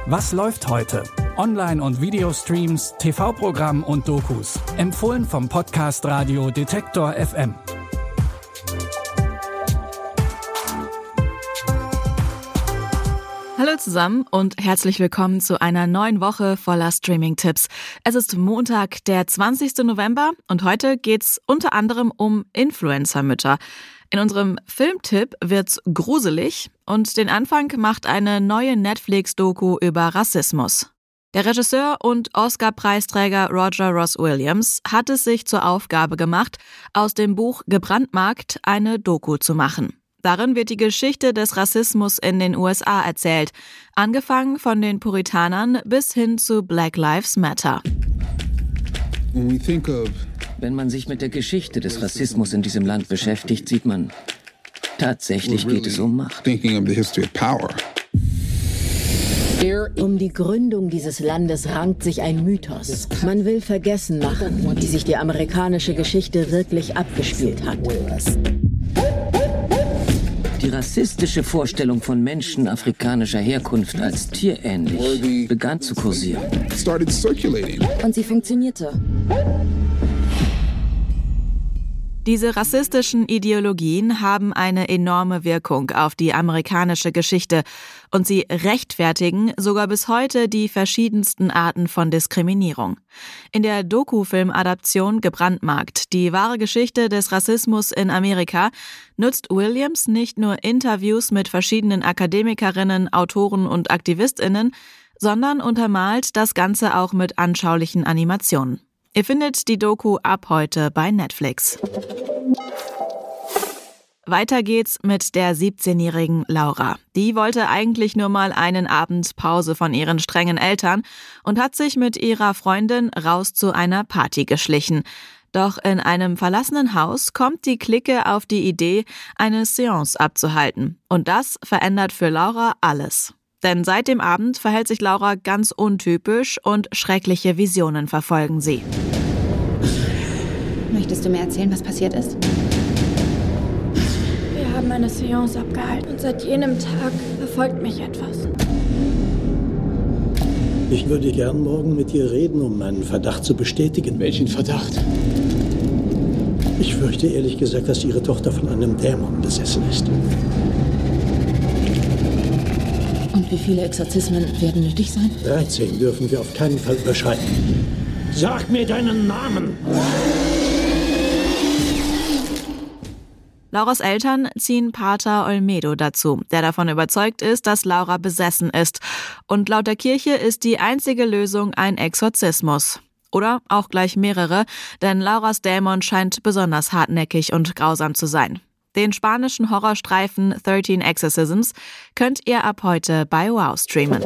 Was läuft heute? Online- und Videostreams, TV-Programm und Dokus. Empfohlen vom Podcast Radio Detektor FM. Hallo zusammen und herzlich willkommen zu einer neuen Woche voller Streaming-Tipps. Es ist Montag, der 20. November und heute geht's unter anderem um Influencer-Mütter. In unserem Filmtipp wird's gruselig und den Anfang macht eine neue Netflix-Doku über Rassismus. Der Regisseur und Oscar-Preisträger Roger Ross Williams hat es sich zur Aufgabe gemacht, aus dem Buch Gebrandmarkt eine Doku zu machen. Darin wird die Geschichte des Rassismus in den USA erzählt, angefangen von den Puritanern bis hin zu Black Lives Matter. Wenn man sich mit der Geschichte des Rassismus in diesem Land beschäftigt, sieht man, tatsächlich geht es um Macht. Um die Gründung dieses Landes rankt sich ein Mythos. Man will vergessen machen, wie sich die amerikanische Geschichte wirklich abgespielt hat. Die rassistische Vorstellung von Menschen afrikanischer Herkunft als tierähnlich begann zu kursieren. Und sie funktionierte. Diese rassistischen Ideologien haben eine enorme Wirkung auf die amerikanische Geschichte und sie rechtfertigen sogar bis heute die verschiedensten Arten von Diskriminierung. In der Dokufilm-Adaption Gebrandmarkt, die wahre Geschichte des Rassismus in Amerika, nutzt Williams nicht nur Interviews mit verschiedenen Akademikerinnen, Autoren und AktivistInnen, sondern untermalt das Ganze auch mit anschaulichen Animationen. Ihr findet die Doku ab heute bei Netflix. Weiter geht's mit der 17-jährigen Laura. Die wollte eigentlich nur mal einen Abend Pause von ihren strengen Eltern und hat sich mit ihrer Freundin raus zu einer Party geschlichen. Doch in einem verlassenen Haus kommt die Clique auf die Idee, eine Seance abzuhalten. Und das verändert für Laura alles. Denn seit dem Abend verhält sich Laura ganz untypisch und schreckliche Visionen verfolgen sie. Möchtest du mir erzählen, was passiert ist? Wir haben eine Seance abgehalten und seit jenem Tag verfolgt mich etwas. Ich würde gern morgen mit dir reden, um meinen Verdacht zu bestätigen. Welchen Verdacht? Ich fürchte ehrlich gesagt, dass ihre Tochter von einem Dämon besessen ist. Und wie viele Exorzismen werden nötig sein? 13 dürfen wir auf keinen Fall überschreiten. Sag mir deinen Namen! Lauras Eltern ziehen Pater Olmedo dazu, der davon überzeugt ist, dass Laura besessen ist. Und laut der Kirche ist die einzige Lösung ein Exorzismus. Oder auch gleich mehrere, denn Lauras Dämon scheint besonders hartnäckig und grausam zu sein. Den spanischen Horrorstreifen 13 Exorcisms könnt ihr ab heute bei Wow streamen.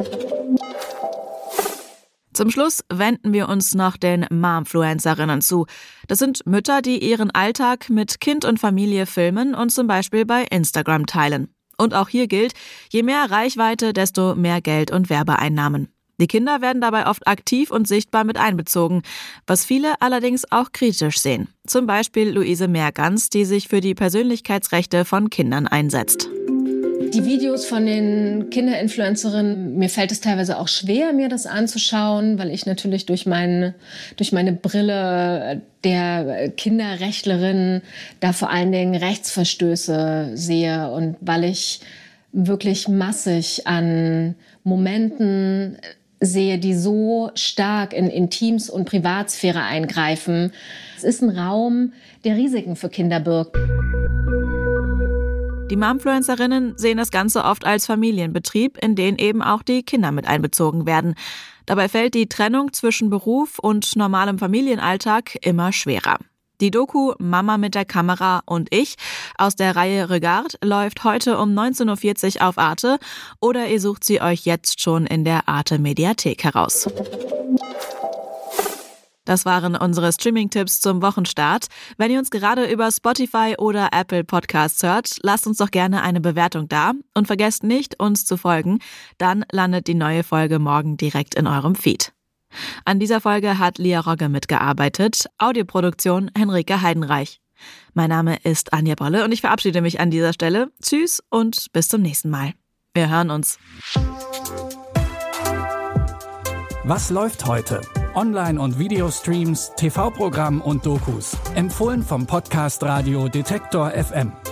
Zum Schluss wenden wir uns noch den Momfluencerinnen zu. Das sind Mütter, die ihren Alltag mit Kind und Familie filmen und zum Beispiel bei Instagram teilen. Und auch hier gilt, je mehr Reichweite, desto mehr Geld und Werbeeinnahmen. Die Kinder werden dabei oft aktiv und sichtbar mit einbezogen, was viele allerdings auch kritisch sehen. Zum Beispiel Luise Mergans, die sich für die Persönlichkeitsrechte von Kindern einsetzt. Die Videos von den Kinderinfluencerinnen, mir fällt es teilweise auch schwer, mir das anzuschauen, weil ich natürlich durch meine Brille der Kinderrechtlerin da vor allen Dingen Rechtsverstöße sehe und weil ich wirklich massig an Momenten sehe, die so stark in Intims- und Privatsphäre eingreifen. Es ist ein Raum, der Risiken für Kinder birgt. Die Momfluencerinnen sehen das Ganze oft als Familienbetrieb, in den eben auch die Kinder mit einbezogen werden. Dabei fällt die Trennung zwischen Beruf und normalem Familienalltag immer schwerer. Die Doku Mama mit der Kamera und ich aus der Reihe Regard läuft heute um 19.40 Uhr auf Arte oder ihr sucht sie euch jetzt schon in der Arte Mediathek heraus. Das waren unsere Streaming-Tipps zum Wochenstart. Wenn ihr uns gerade über Spotify oder Apple Podcasts hört, lasst uns doch gerne eine Bewertung da und vergesst nicht, uns zu folgen. Dann landet die neue Folge morgen direkt in eurem Feed. An dieser Folge hat Lia Rogge mitgearbeitet, Audioproduktion Henrike Heidenreich. Mein Name ist Anja Bolle und ich verabschiede mich an dieser Stelle. Tschüss und bis zum nächsten Mal. Wir hören uns. Was läuft heute? Online- und Videostreams, TV-Programm und Dokus. Empfohlen vom Podcast Radio Detektor FM.